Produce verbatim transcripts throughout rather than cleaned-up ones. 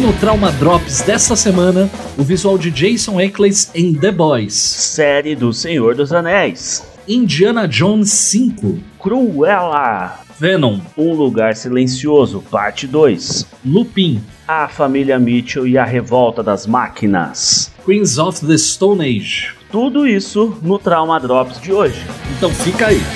no Trauma Drops desta semana, o visual de Jason Ackles em The Boys, série do Senhor dos Anéis, Indiana Jones cinco, Cruella, Venom, Um Lugar Silencioso, parte dois, Lupin, A Família Mitchell e a Revolta das Máquinas, Queens of the Stone Age. Tudo isso no Trauma Drops de hoje. Então fica aí.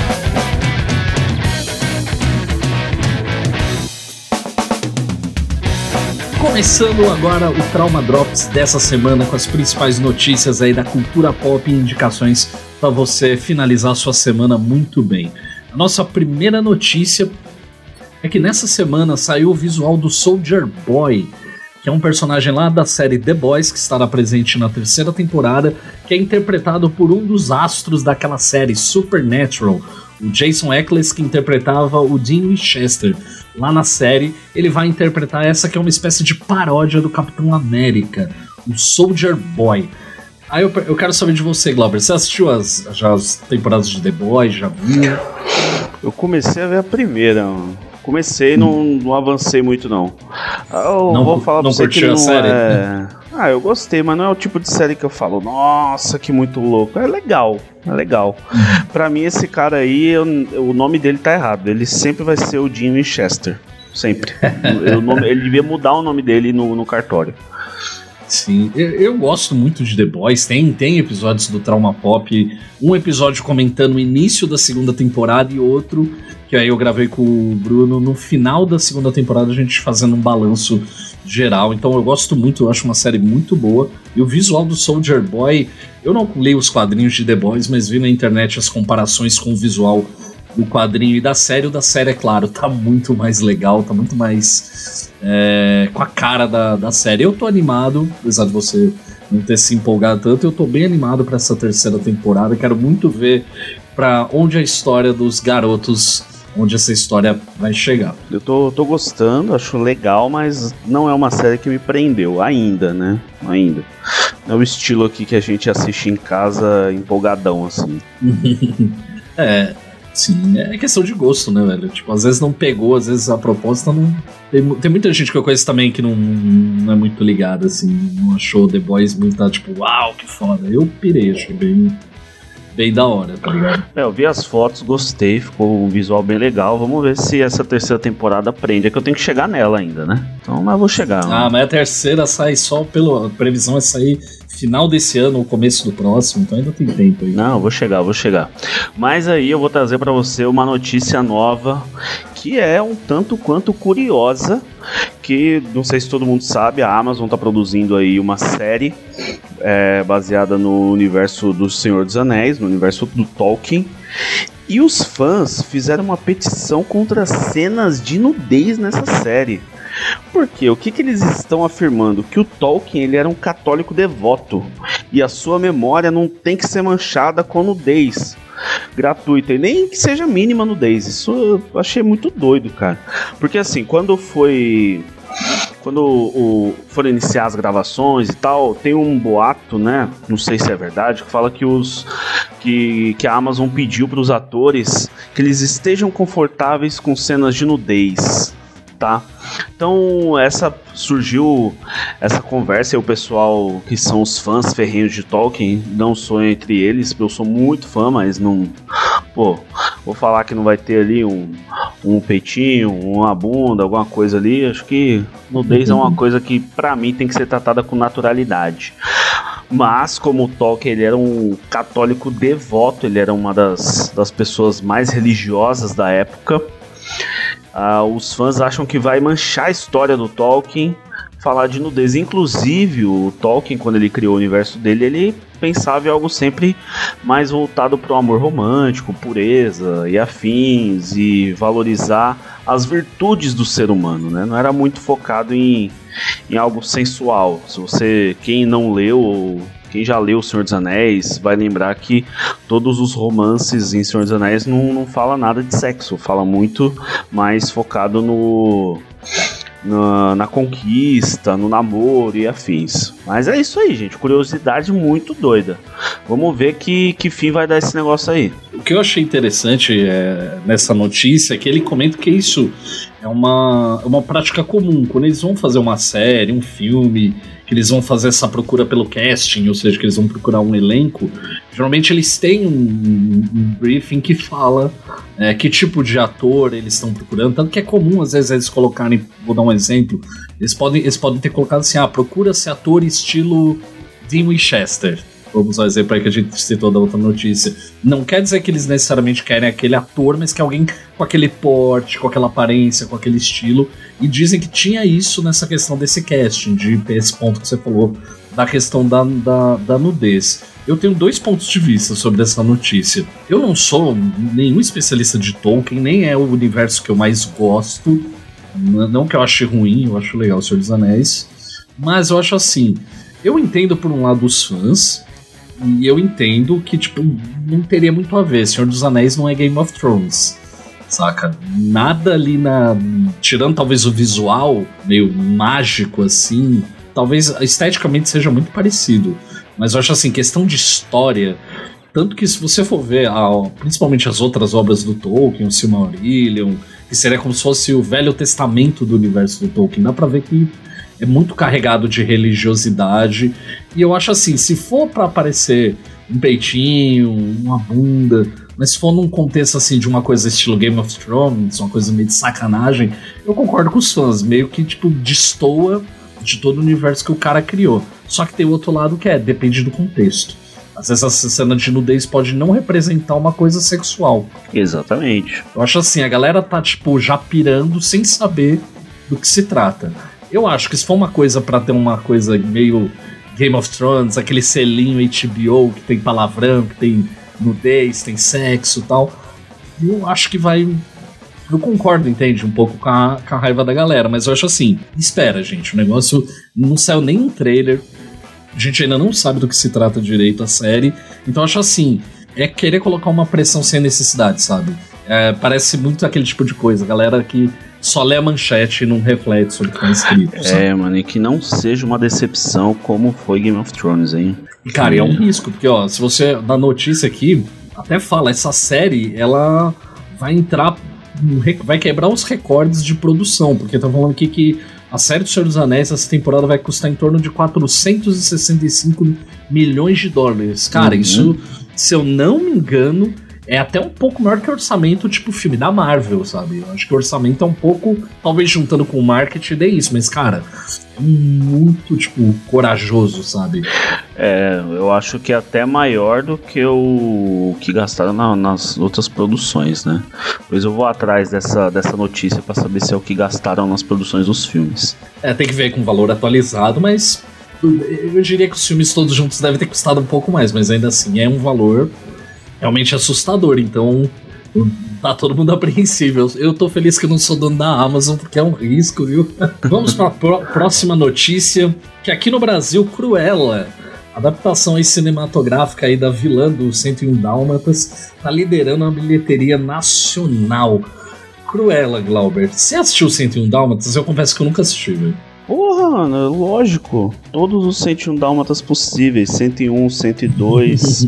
Começando agora o Trauma Drops dessa semana com as principais notícias aí da cultura pop e indicações para você finalizar a sua semana muito bem. A nossa primeira notícia é que nessa semana saiu o visual do Soldier Boy, que é um personagem lá da série The Boys, que estará presente na terceira temporada, que é interpretado por um dos astros daquela série, Supernatural, o Jason Ackles, que interpretava o Dean Winchester. Lá na série, ele vai interpretar essa que é uma espécie de paródia do Capitão América, o Soldier Boy. Aí eu, eu quero saber de você, Glauber, você assistiu as, já as temporadas de The Boys, já viu? Eu comecei a ver a primeira, comecei e não, não avancei muito não. Eu não vou falar não pra você que não a série? É... Ah, eu gostei, mas não é o tipo de série que eu falo, nossa, que muito louco. É legal, é legal. Pra mim, esse cara aí, eu, o nome dele tá errado. Ele sempre vai ser o Dean Winchester. Sempre. o nome, ele devia mudar o nome dele no, no cartório. Sim, eu, eu gosto muito de The Boys. Tem, tem episódios do Trauma Pop. Um episódio comentando o início da segunda temporada e outro que aí eu gravei com o Bruno no final da segunda temporada, a gente fazendo um balanço geral. Então eu gosto muito, eu acho uma série muito boa. E o visual do Soldier Boy, eu não leio os quadrinhos de The Boys, mas vi na internet as comparações com o visual do quadrinho e da série. O da série, é claro, tá muito mais legal, tá muito mais é, com a cara da, da série. Eu tô animado, apesar de você não ter se empolgado tanto, eu tô bem animado pra essa terceira temporada. Quero muito ver pra onde a história dos garotos, onde essa história vai chegar. Eu tô, tô gostando, acho legal, mas não é uma série que me prendeu ainda, né? Ainda. Não é o estilo aqui que a gente assiste em casa empolgadão, assim. É, sim, é questão de gosto, né, velho? Tipo, às vezes não pegou, às vezes a proposta não... Tem, tem muita gente que eu conheço também que não, não é muito ligada, assim, não achou The Boys muito, tá, tipo, uau, que foda. Eu pirei, achei bem... bem da hora, tá ligado? É, eu vi as fotos, gostei, ficou um visual bem legal. Vamos ver se essa terceira temporada prende. É que eu tenho que chegar nela ainda, né? Então, mas eu vou chegar. Ah, mas a terceira sai só pela... A previsão é sair final desse ano ou começo do próximo, então ainda tem tempo aí. Não, eu vou chegar, eu vou chegar. Mas aí eu vou trazer pra você uma notícia nova, que é um tanto quanto curiosa, que não sei se todo mundo sabe, a Amazon tá produzindo aí uma série é, baseada no universo do Senhor dos Anéis, no universo do Tolkien, e os fãs fizeram uma petição contra cenas de nudez nessa série. Por quê? O que, que eles estão afirmando? Que o Tolkien ele era um católico devoto e a sua memória não tem que ser manchada com nudez gratuita e nem que seja mínima nudez. Isso eu achei muito doido, cara. Porque assim, quando foi... Quando o, foram iniciar as gravações e tal, tem um boato, né? Não sei se é verdade, que fala que, os, que, que a Amazon pediu para os atores que eles estejam confortáveis com cenas de nudez, tá? Então essa surgiu essa conversa e o pessoal que são os fãs ferrenhos de Tolkien, não sou entre eles, eu sou muito fã, mas não, pô, vou falar que não vai ter ali um, um peitinho, uma bunda, alguma coisa ali. Acho que nudez é uma coisa que pra mim tem que ser tratada com naturalidade. Mas como o Tolkien ele era um católico devoto, ele era uma das, das pessoas mais religiosas da época, Uh, os fãs acham que vai manchar a história do Tolkien falar de nudez. Inclusive o Tolkien, quando ele criou o universo dele, ele pensava em algo sempre mais voltado para o amor romântico, pureza e afins, e valorizar as virtudes do ser humano, né? Não era muito focado em, em algo sensual. Se você, quem não leu, quem já leu O Senhor dos Anéis vai lembrar que todos os romances em Senhor dos Anéis não, não fala nada de sexo, fala muito mais focado no, na, na conquista, no namoro e afins. Mas é isso aí, gente, curiosidade muito doida. Vamos ver que, que fim vai dar esse negócio aí. O que eu achei interessante é, nessa notícia é que ele comenta que isso é uma, uma prática comum. Quando eles vão fazer uma série, um filme, que eles vão fazer essa procura pelo casting, ou seja, que eles vão procurar um elenco, geralmente eles têm um, um briefing que fala é, que tipo de ator eles estão procurando, tanto que é comum às vezes eles colocarem, vou dar um exemplo, eles podem, eles podem ter colocado assim, ah, procura-se ator estilo Dean Winchester. Vamos usar o exemplo aí que a gente citou da outra notícia. Não quer dizer que eles necessariamente querem aquele ator, mas que alguém com aquele porte, com aquela aparência, com aquele estilo. E dizem que tinha isso nessa questão desse casting, de esse ponto que você falou, da questão da, da, da nudez. Eu tenho dois pontos de vista sobre essa notícia. Eu não sou nenhum especialista de Tolkien, nem é o universo que eu mais gosto. Não que eu ache ruim, eu acho legal o Senhor dos Anéis. Mas eu acho assim, eu entendo por um lado os fãs, e eu entendo que, tipo, não teria muito a ver. Senhor dos Anéis não é Game of Thrones, saca? Nada ali na... Tirando talvez o visual, meio mágico, assim, talvez esteticamente seja muito parecido. Mas eu acho assim, questão de história... Tanto que se você for ver, a, principalmente as outras obras do Tolkien, o Silmarillion, que seria como se fosse o Velho Testamento do universo do Tolkien, dá pra ver que é muito carregado de religiosidade. E eu acho assim, se for pra aparecer um peitinho, uma bunda, mas se for num contexto assim de uma coisa estilo Game of Thrones, uma coisa meio de sacanagem, eu concordo com os fãs, meio que tipo destoa de todo o universo que o cara criou. Só que tem o outro lado que é, depende do contexto. Às vezes essa cena de nudez pode não representar uma coisa sexual. Exatamente. Eu acho assim, a galera tá tipo já pirando sem saber do que se trata. Eu acho que se for uma coisa pra ter uma coisa meio Game of Thrones, aquele selinho H B O que tem palavrão, que tem nudez, tem sexo e tal, eu acho que vai... Eu concordo, entende? Um pouco com a, com a raiva da galera, mas eu acho assim, espera, gente, o negócio não saiu nem um trailer, a gente ainda não sabe do que se trata direito a série, então eu acho assim, é querer colocar uma pressão sem necessidade, sabe? É, parece muito aquele tipo de coisa, galera que só lê a manchete e não reflete sobre o que tá escrito, sabe? É, mano, e que não seja uma decepção como foi Game of Thrones, hein? E, cara, é um risco, porque, ó, se você, na notícia aqui, até fala, essa série, ela vai entrar, vai quebrar os recordes de produção, porque tá falando aqui que a série do Senhor dos Anéis, essa temporada, vai custar em torno de quatrocentos e sessenta e cinco milhões de dólares. Cara, uhum. Isso, se eu não me engano, é até um pouco maior que o orçamento, tipo, filme da Marvel, sabe? Eu acho que o orçamento é um pouco, talvez juntando com o marketing, dê isso, mas, cara, é muito, tipo, corajoso, sabe? É, eu acho que é até maior do que o que gastaram na, nas outras produções, né? Pois eu vou atrás dessa, dessa notícia pra saber se é o que gastaram nas produções dos filmes. É, tem que ver com valor atualizado, mas eu diria que os filmes todos juntos devem ter custado um pouco mais, mas ainda assim é um valor realmente assustador, então tá todo mundo apreensível. Eu tô feliz que eu não sou dono da Amazon, porque é um risco, viu? Vamos pra pró- próxima notícia, que aqui no Brasil, Cruella, adaptação aí cinematográfica aí da vilã do cento e um Dálmatas, tá liderando a bilheteria nacional. Cruella, Glauber, você assistiu cento e um Dálmatas? Eu confesso que eu nunca assisti, velho. Porra, mano, lógico. Todos os cento e um Dálmatas possíveis. cento e um, cento e dois.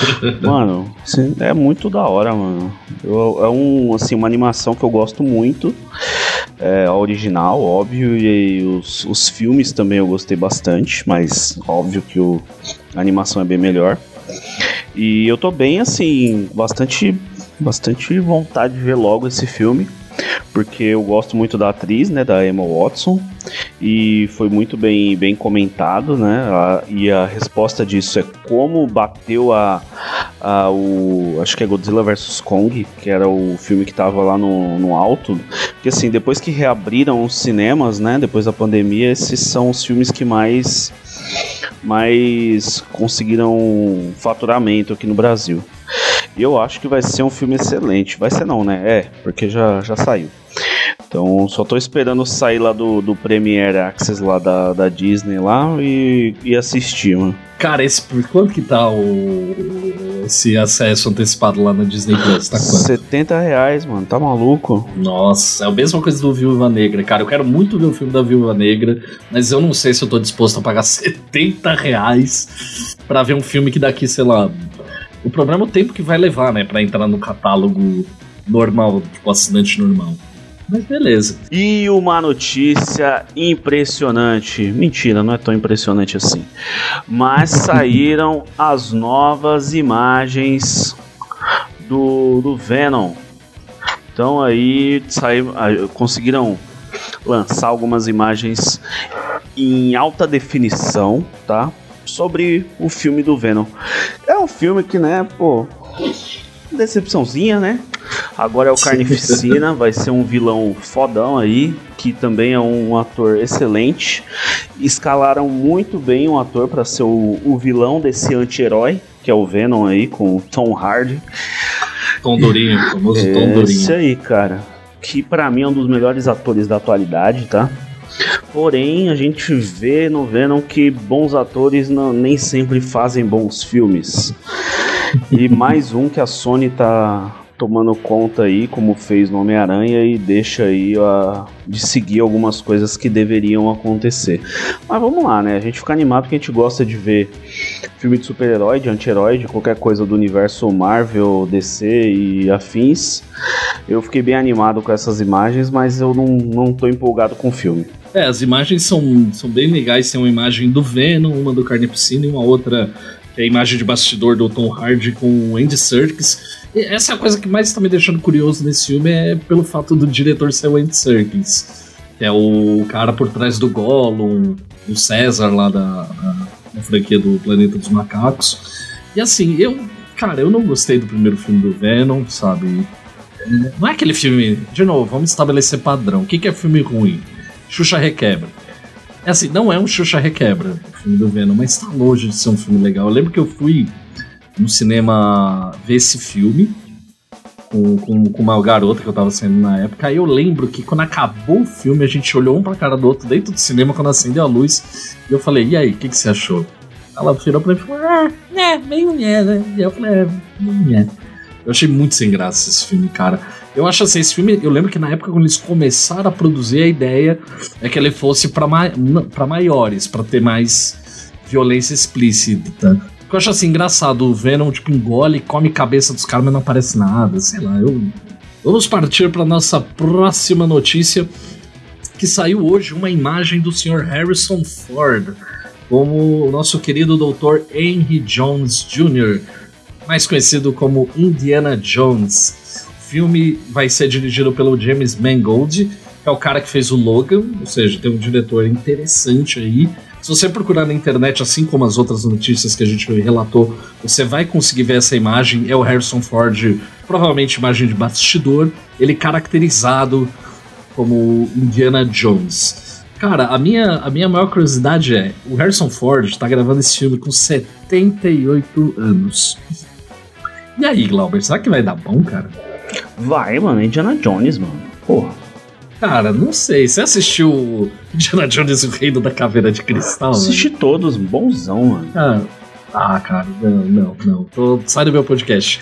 Mano, é muito da hora, mano. Eu, é um, assim, uma animação que eu gosto muito. É, a original, óbvio. E os, os filmes também eu gostei bastante. Mas óbvio que o, a animação é bem melhor. E eu tô bem, assim, bastante, bastante vontade de ver logo esse filme. Porque eu gosto muito da atriz, né, da Emma Watson, e foi muito bem, bem comentado, né, a, e a resposta disso é como bateu a, a o, acho que é Godzilla versus. Kong, que era o filme que tava lá no, no alto, porque assim, depois que reabriram os cinemas, né, depois da pandemia, esses são os filmes que mais, mais conseguiram faturamento aqui no Brasil. E eu acho que vai ser um filme excelente. Vai ser não, né? É, porque já, já saiu. Então, só tô esperando sair lá do, do Premiere Access lá da, da Disney lá e, e assistir, mano. Cara, esse, por quanto que tá o, esse acesso antecipado lá na Disney Plus? Tá quanto? setenta reais, mano. Tá maluco? Nossa, é a mesma coisa do Viúva Negra. Cara, eu quero muito ver o filme da Viúva Negra, mas eu não sei se eu tô disposto a pagar setenta reais pra ver um filme que daqui, sei lá... O problema é o tempo que vai levar, né, pra entrar no catálogo normal, tipo, assinante normal. Mas beleza. E uma notícia impressionante. Mentira, não é tão impressionante assim. Mas saíram as novas imagens do, do Venom. Então aí saíram, conseguiram lançar algumas imagens em alta definição, tá? Sobre o filme do Venom. É um filme que, né, pô, decepçãozinha, né? Agora é o Carnificina, vai ser um vilão fodão aí, que também é um ator excelente. Escalaram muito bem um ator para ser o, o vilão desse anti-herói, que é o Venom aí, com o Tom Hardy. Tom Durinho, o famoso Tom Durinho. Esse aí, cara, que pra mim é um dos melhores atores da atualidade, tá? Porém, a gente vê no Venom que bons atores não, nem sempre fazem bons filmes. E mais um que a Sony tá tomando conta aí, como fez no Homem-Aranha, e deixa aí a, de seguir algumas coisas que deveriam acontecer. Mas vamos lá, né? A gente fica animado porque a gente gosta de ver filme de super-herói, de anti-herói, de qualquer coisa do universo Marvel, D C e afins. Eu fiquei bem animado com essas imagens, mas eu não, não tô empolgado com o filme. É, as imagens são, são bem legais. Tem uma imagem do Venom, uma do Carnificina e uma outra que é a imagem de bastidor do Tom Hardy com o Andy Serkis. E essa é a coisa que mais tá me deixando curioso nesse filme, é pelo fato do diretor ser o Andy Serkis, que é o cara por trás do Gollum, o César lá da, da, da franquia do Planeta dos Macacos. E assim, eu, cara, eu não gostei do primeiro filme do Venom, sabe? Não é aquele filme, de novo, vamos estabelecer padrão. O que, que é filme ruim? Xuxa Requebra. É assim, não é um Xuxa Requebra, o filme do Venom, mas tá longe de ser um filme legal. Eu lembro que eu fui no cinema ver esse filme com, com, com uma garota que eu tava saindo na época. Aí eu lembro que quando acabou o filme, a gente olhou um pra cara do outro dentro do cinema quando acendeu a luz. E eu falei, e aí, o que, que você achou? Ela virou pra mim e falou, ah, é, meio né, né? E eu falei, é, meio. Eu achei muito sem graça esse filme, cara. Eu acho assim, esse filme, eu lembro que na época quando eles começaram a produzir, a ideia é que ele fosse pra, ma- pra maiores, pra ter mais violência explícita. Eu acho assim, engraçado, o Venom tipo engole, come cabeça dos caras, mas não aparece nada, sei lá. Eu... Vamos partir pra nossa próxima notícia, que saiu hoje uma imagem do senhor Harrison Ford como o nosso querido doutor Henry Jones Júnior, mais conhecido como Indiana Jones. O filme vai ser dirigido pelo James Mangold, que é o cara que fez o Logan, ou seja, tem um diretor interessante aí. Se você procurar na internet, assim como as outras notícias que a gente relatou, você vai conseguir ver essa imagem. É o Harrison Ford, provavelmente imagem de bastidor, ele caracterizado como Indiana Jones. Cara, a minha, a minha maior curiosidade é, o Harrison Ford tá gravando esse filme com setenta e oito anos. E aí, Glauber, será que vai dar bom, cara? Vai, mano, é Indiana Jones, mano. Porra. Cara, não sei. Você assistiu Indiana Jones e o Reino da Caveira de Cristal? Assisti né? todos, bonzão, mano. Ah, ah, cara, não, não, não. Tô, sai do meu podcast.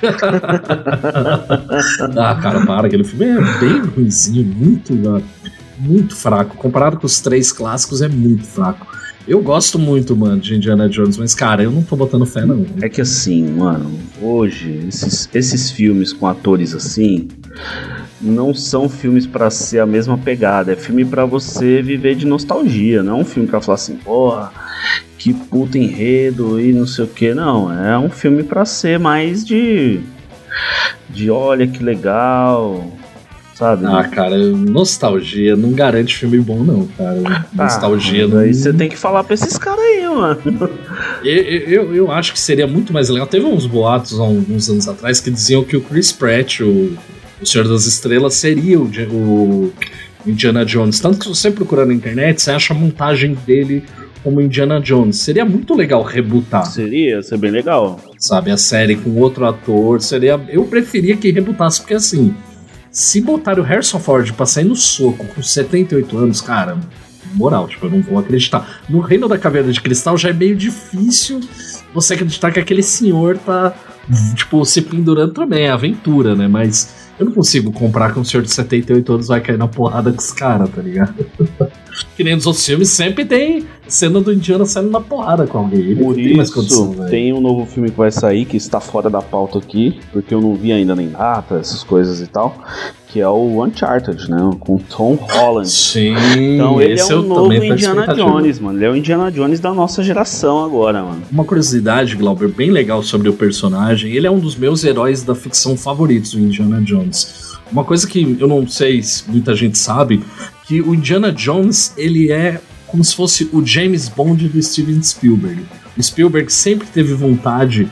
Ah, cara, para. Aquele filme é bem ruimzinho, muito, muito fraco. Comparado com os três clássicos, é muito fraco. Eu gosto muito, mano, de Indiana Jones, mas, cara, eu não tô botando fé, não. É que assim, mano, hoje, esses, esses filmes com atores assim, não são filmes pra ser a mesma pegada. É filme pra você viver de nostalgia, não é um filme pra falar assim, porra, que puta enredo e não sei o que, não. É um filme pra ser mais de... de olha que legal... Sabe, ah, né? cara, nostalgia não garante filme bom, não, cara. Nostalgia ah, não. Aí você tem que falar pra esses caras aí, mano. Eu, eu, eu acho que seria muito mais legal. Teve uns boatos há uns anos atrás que diziam que o Chris Pratt, o, o Senhor das Estrelas, seria o, o Indiana Jones. Tanto que se você procurar na internet, você acha a montagem dele como Indiana Jones. Seria muito legal rebootar. Seria, seria bem legal. Sabe, a série com outro ator. Seria. Eu preferia que rebootasse, porque assim. Se botar o Harrison Ford pra sair no soco com setenta e oito anos, cara, moral, tipo, eu não vou acreditar. No Reino da Caveira de Cristal já é meio difícil você acreditar que aquele senhor tá, tipo, se pendurando também, é aventura, né? Mas eu não consigo comprar que um senhor de setenta e oito anos vai cair na porrada com os caras, tá ligado? Que nem nos outros filmes, sempre tem cena do Indiana saindo na porrada com alguém. Ele Por tem isso, mais condição, tem um novo filme que vai sair, que está fora da pauta aqui, porque eu não vi ainda nem data, essas coisas e tal, que é o Uncharted, né? Com Tom Holland. Sim. Então ele é um novo Indiana Jones, mano. Ele é o Indiana Jones da nossa geração agora, mano. Uma curiosidade, Glauber, bem legal sobre o personagem. Ele é um dos meus heróis da ficção favoritos, o Indiana Jones. Uma coisa que eu não sei se muita gente sabe, que o Indiana Jones, ele é como se fosse o James Bond do Steven Spielberg. O Spielberg sempre teve vontade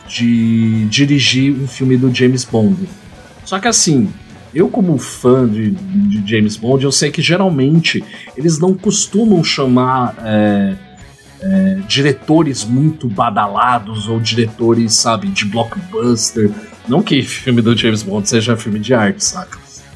de dirigir um filme do James Bond. Só que assim, eu como fã de, de James Bond, eu sei que geralmente eles não costumam chamar é, é, diretores muito badalados ou diretores, sabe, de blockbuster. Não que filme do James Bond seja filme de arte, saca?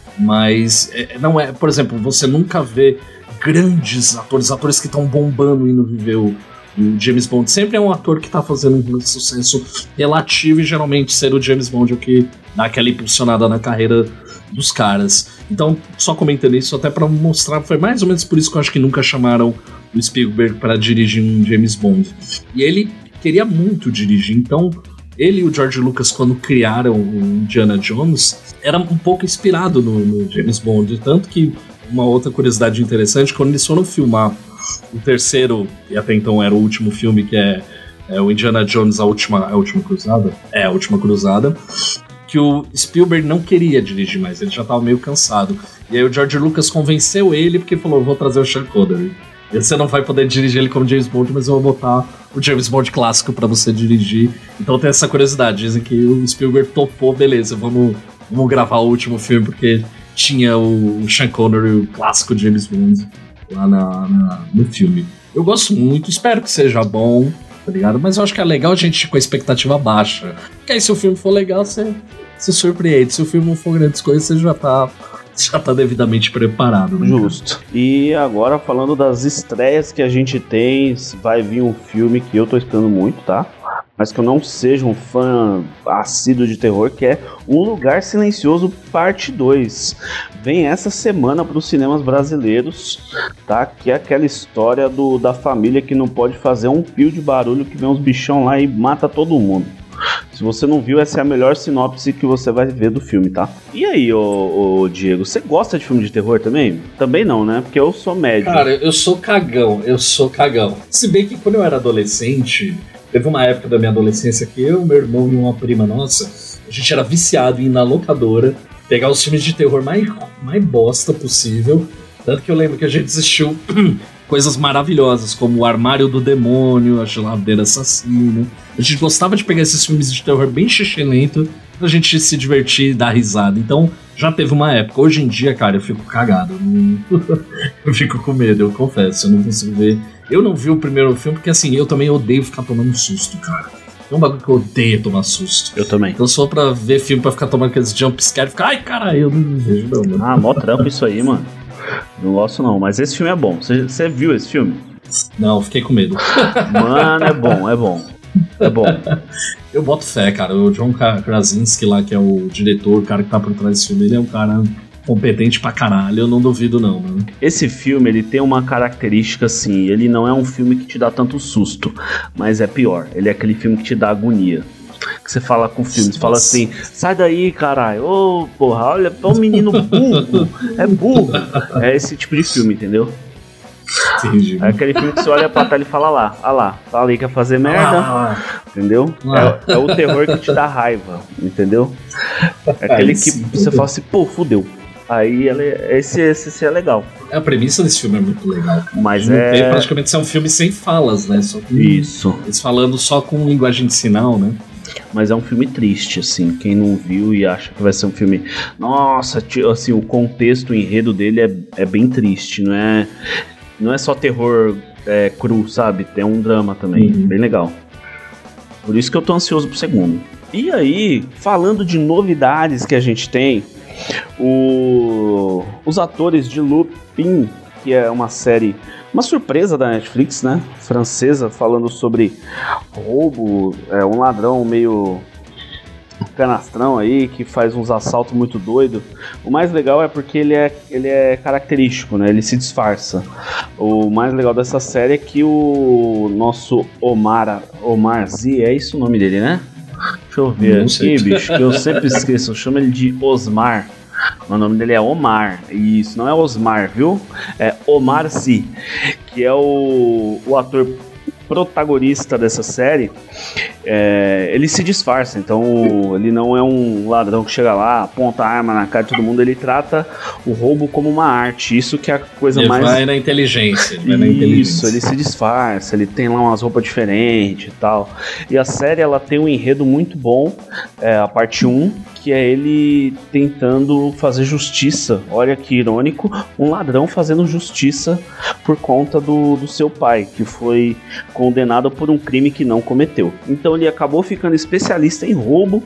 Mas é, não é, por exemplo, você nunca vê grandes atores, atores que estão bombando indo viver o, o James Bond. Sempre é um ator que tá fazendo um sucesso relativo e geralmente ser o James Bond é o que dá aquela impulsionada na carreira dos caras. Então, só comentando isso até pra mostrar, foi mais ou menos por isso que eu acho que nunca chamaram o Spielberg para dirigir um James Bond. E ele queria muito dirigir, então ele e o George Lucas, quando criaram o Indiana Jones, era um pouco inspirado no, no James Bond. Tanto que, uma outra curiosidade interessante, quando eles foram filmar o terceiro, e até então era o último filme, que é, é o Indiana Jones, a última, a última Cruzada, é a última Cruzada, que o Spielberg não queria dirigir mais, ele já estava meio cansado. E aí o George Lucas convenceu ele, porque falou, vou trazer o Sean Connery. Você não vai poder dirigir ele como James Bond, mas eu vou botar o James Bond clássico pra você dirigir. Então tem essa curiosidade. Dizem que o Spielberg topou, beleza, vamos, vamos gravar o último filme, porque tinha o Sean Connery, o clássico James Bond, lá na, na, no filme. Eu gosto muito, espero que seja bom, tá ligado? Mas eu acho que é legal a gente ir com a expectativa baixa. Porque aí se o filme for legal, você se surpreende. Se o filme não for grandes coisas, você já tá... já tá devidamente preparado, né? Justo. E agora, falando das estreias que a gente tem, vai vir um filme que eu tô esperando muito, tá? Mas que eu não seja um fã assíduo de terror, que é Um Lugar Silencioso Parte dois. Vem essa semana para os cinemas brasileiros, tá? Que é aquela história do, da família que não pode fazer um pio de barulho, que vem uns bichão lá e mata todo mundo. Se você não viu, essa é a melhor sinopse que você vai ver do filme, tá? E aí, ô, ô Diego, você gosta de filme de terror também? Também não, né? Porque eu sou médio. Cara, eu sou cagão, eu sou cagão. Se bem que quando eu era adolescente, teve uma época da minha adolescência que eu, meu irmão e uma prima nossa, a gente era viciado em ir na locadora, pegar os filmes de terror mais, mais bosta possível. Tanto que eu lembro que a gente assistiu coisas maravilhosas, como O Armário do Demônio, A Geladeira Assassina. A gente gostava de pegar esses filmes de terror bem xixelento pra gente se divertir e dar risada. Então, já teve uma época. Hoje em dia, cara, eu fico cagado. Eu fico com medo, eu confesso. Eu não consigo ver. Eu não vi o primeiro filme porque, assim, eu também odeio ficar tomando susto, cara. É um bagulho que eu odeio tomar susto. Eu também. Então, se for pra ver filme pra ficar tomando aqueles jump scare, ficar, ai, caralho, eu não vejo não, mano. Ah, mó trampo isso aí, mano. Não gosto não, mas esse filme é bom. Você viu esse filme? Não, fiquei com medo. Mano, é bom, é bom. É bom. Eu boto fé, cara. O John Krasinski lá, que é o diretor, o cara que tá por trás desse filme, ele é um cara competente pra caralho, eu não duvido não, mano. Esse filme, ele tem uma característica assim, ele não é um filme que te dá tanto susto, mas é pior, ele é aquele filme que te dá agonia. Que você fala com o filme, você fala assim, sai daí, caralho, ô oh, porra, olha, é um menino burro, é burro. É esse tipo de filme, entendeu? Entendi. É aquele filme que você olha pra trás e fala lá, ah lá, fala aí, quer fazer merda, ah, entendeu? Ah. É, é o terror que te dá raiva, entendeu? É aquele que você fala assim, pô, fudeu. Aí esse, esse, esse é legal. A premissa desse filme é muito legal. Mas é... é praticamente ser um filme sem falas, né? Só com, isso. Eles falando só com linguagem de sinal, né? Mas é um filme triste, assim. Quem não viu e acha que vai ser um filme... Nossa, assim, o contexto, o enredo dele é, é bem triste. Não é, não é só terror é, cru, sabe? Tem um drama também, uhum. Bem legal. Por isso que eu tô ansioso pro segundo. E aí, falando de novidades que a gente tem... O, os atores de Lupin, que é uma série, uma surpresa da Netflix, né? Francesa, falando sobre roubo, é, um ladrão meio canastrão aí, que faz uns assaltos muito doidos. O mais legal é porque ele é, ele é característico, né? Ele se disfarça. O mais legal dessa série é que o nosso Omar, Omar Z, é isso o nome dele, né? Deixa eu ver Não sei. aqui, bicho, que eu sempre esqueço. Eu chamo ele de Osmar. O nome dele é Omar. E isso não é Osmar, viu? É Omar Z, que é o, o ator protagonista dessa série. É, ele se disfarça, então ele não é um ladrão que chega lá, aponta a arma na cara de todo mundo, ele trata o roubo como uma arte, isso que é a coisa ele mais... vai na inteligência, ele vai isso, na inteligência. ele se disfarça, ele tem lá umas roupas diferentes e tal, e a série ela tem um enredo muito bom, é, a parte um, que é ele tentando fazer justiça, olha que irônico, um ladrão fazendo justiça por conta do, do seu pai, que foi condenado por um crime que não cometeu. Então ele acabou ficando especialista em roubo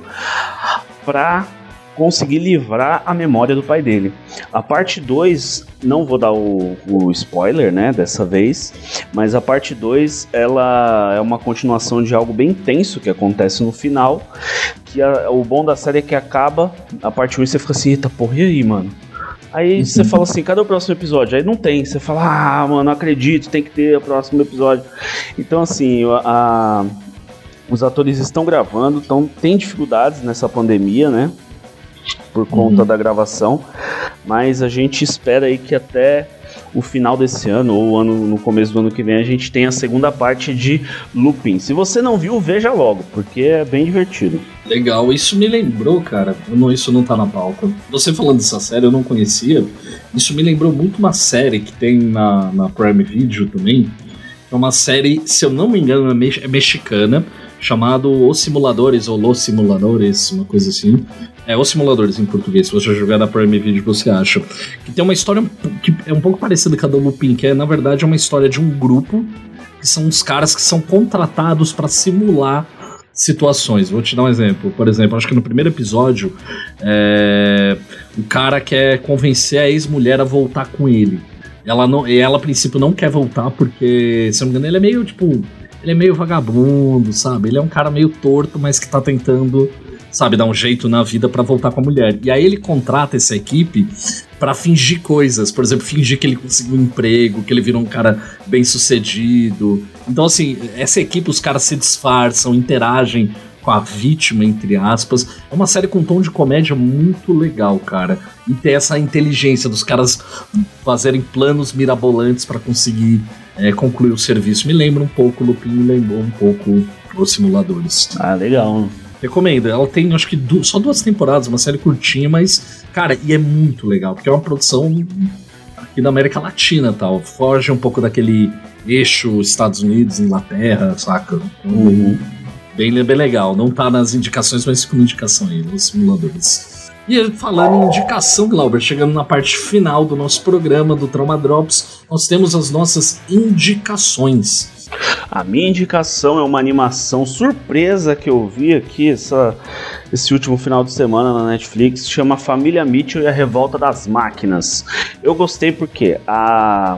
para conseguir livrar a memória do pai dele. A parte dois, não vou dar o, o spoiler, né, dessa vez, mas a parte dois, ela é uma continuação de algo bem tenso que acontece no final, que a, o bom da série é que acaba a parte um e você fica assim, eita porra, e aí, mano? Aí você fala assim, cadê o próximo episódio? Aí não tem, você fala, ah, mano, não acredito, tem que ter o próximo episódio. Então assim, a, a, os atores estão gravando, então tem dificuldades nessa pandemia, né? Por conta uhum. da gravação, mas a gente espera aí que até o final desse ano ou ano, no começo do ano que vem a gente tem a segunda parte de Lupin. Se você não viu, veja logo, porque é bem divertido. Legal, isso me lembrou, cara, não, isso não tá na pauta. Você falando dessa série, eu não conhecia, isso me lembrou muito uma série que tem na, na Prime Video também, é uma série, se eu não me engano, é, me- é mexicana, chamado Os Simuladores, ou Los Simuladores, uma coisa assim. É, Os Simuladores em português, se você jogar na Prime Video você acha. Que tem uma história que é um pouco parecida com a do Lupin, que é, na verdade, é uma história de um grupo, que são uns caras que são contratados para simular situações. Vou te dar um exemplo. Por exemplo, acho que no primeiro episódio, é, o cara quer convencer a ex-mulher a voltar com ele. Ela, não, ela, a princípio, não quer voltar porque, se eu não me engano, ele é meio, tipo... Ele é meio vagabundo, sabe? Ele é um cara meio torto, mas que tá tentando, sabe, dar um jeito na vida pra voltar com a mulher. E aí ele contrata essa equipe pra fingir coisas. Por exemplo, fingir que ele conseguiu um emprego, que ele virou um cara bem sucedido. Então, assim, essa equipe, os caras se disfarçam, interagem com a vítima, entre aspas. É uma série com um tom de comédia muito legal, cara. E tem essa inteligência dos caras fazerem planos mirabolantes pra conseguir é, concluir o serviço. Me lembra um pouco, Lupin me lembrou um pouco Os Simuladores. Ah, legal. Recomendo. Ela tem, acho que, du- só duas temporadas, uma série curtinha, mas, cara, e é muito legal, porque é uma produção aqui da América Latina, tal. Foge um pouco daquele eixo Estados Unidos, Inglaterra, saca? Então, Uhum. Bem, bem legal. Não tá nas indicações, mas fica uma indicação aí, Os Simuladores. E falando em indicação, Glauber, chegando na parte final do nosso programa do Trauma Drops, nós temos as nossas indicações. A minha indicação é uma animação surpresa que eu vi aqui essa, esse último final de semana na Netflix, chama Família Mitchell e a Revolta das Máquinas. Eu gostei porque a...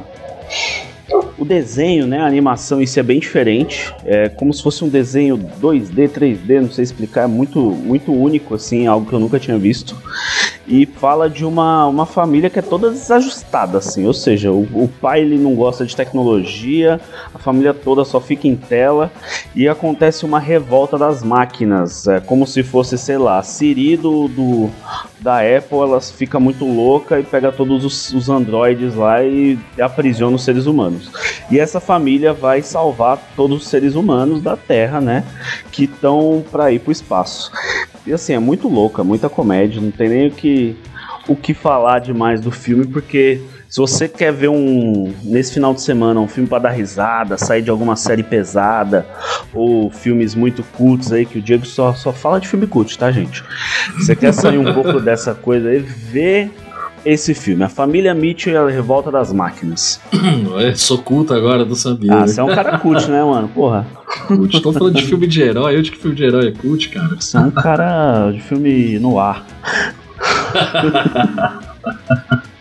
o desenho, né, a animação em si é bem diferente, é como se fosse um desenho dois D, três D, não sei explicar, é muito, muito único, assim, algo que eu nunca tinha visto, e fala de uma, uma família que é toda desajustada, assim, ou seja, o, o pai ele não gosta de tecnologia, a família toda só fica em tela, e acontece uma revolta das máquinas, é como se fosse, sei lá, a Siri do, do, da Apple, ela fica muito louca e pega todos os, os androides lá e aprisiona os seres humanos. E essa família vai salvar todos os seres humanos da Terra, né? Que estão para ir pro espaço. E assim, é muito louca, muita comédia, não tem nem o que, o que falar demais do filme, porque se você quer ver um, nesse final de semana, um filme para dar risada, sair de alguma série pesada, ou filmes muito cultos aí, que o Diego só, só fala de filme cult, tá, gente? Você quer sair um pouco dessa coisa aí, vê esse filme, A Família Mitchell e a Revolta das Máquinas. Eu sou culto agora, não sabia. Ah, você é um cara cult, né, mano? Porra. Cult. Tô falando de filme de herói, eu de que filme de herói é cult, cara. Você é um cara de filme no ar.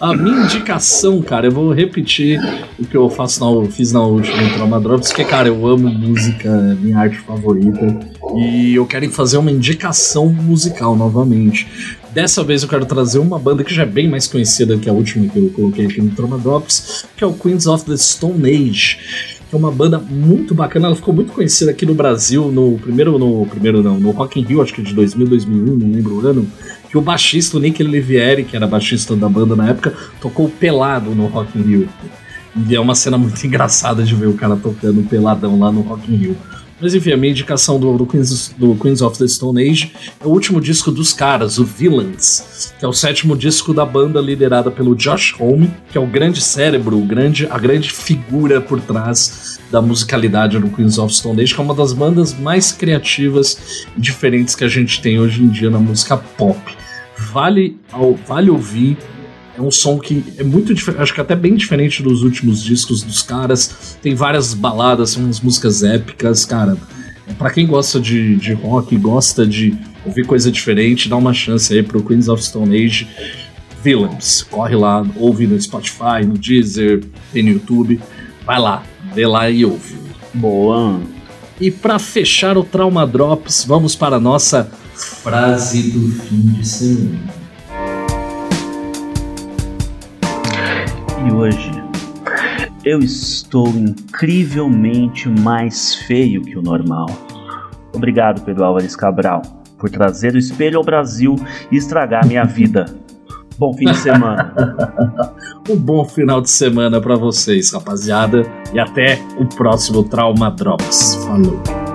a minha indicação, cara, eu vou repetir o que eu faço na, eu fiz na última Trauma Drops, porque, cara, eu amo música, é minha arte favorita, e eu quero fazer uma indicação musical novamente. Dessa vez eu quero trazer uma banda que já é bem mais conhecida que a última que eu coloquei aqui no Trauma Drops, que é o Queens of the Stone Age, que é uma banda muito bacana. Ela ficou muito conhecida aqui no Brasil, no primeiro, no primeiro não, no Rock in Rio, acho que de dois mil, dois mil e um, não lembro o ano, que o baixista, o Nick Olivieri, que era baixista da banda na época, tocou pelado no Rock in Rio. E é uma cena muito engraçada de ver o cara tocando peladão lá no Rock in Rio. Mas enfim, a minha indicação do, do, Queens, do Queens of the Stone Age é o último disco dos caras, o Villains, que é o sétimo disco da banda liderada pelo Josh Homme, que é o grande cérebro, o grande, a grande figura por trás da musicalidade do Queens of the Stone Age, que é uma das bandas mais criativas e diferentes que a gente tem hoje em dia na música pop. Vale, vale ouvir. É um som que é muito diferente, acho que até bem diferente dos últimos discos dos caras. Tem várias baladas, são umas músicas épicas, cara. Pra quem gosta de, de rock, gosta de ouvir coisa diferente, dá uma chance aí pro Queens of Stone Age. Villains, corre lá, ouve no Spotify, no Deezer, tem no YouTube. Vai lá, vê lá e ouve. Boa! E pra fechar o Trauma Drops, vamos para a nossa frase do fim de semana. E hoje, eu estou incrivelmente mais feio que o normal. Obrigado, Pedro Álvares Cabral, por trazer o espelho ao Brasil e estragar minha vida. Bom fim de semana. Um bom final de semana pra vocês, rapaziada. E até o próximo Trauma Drops. Falou.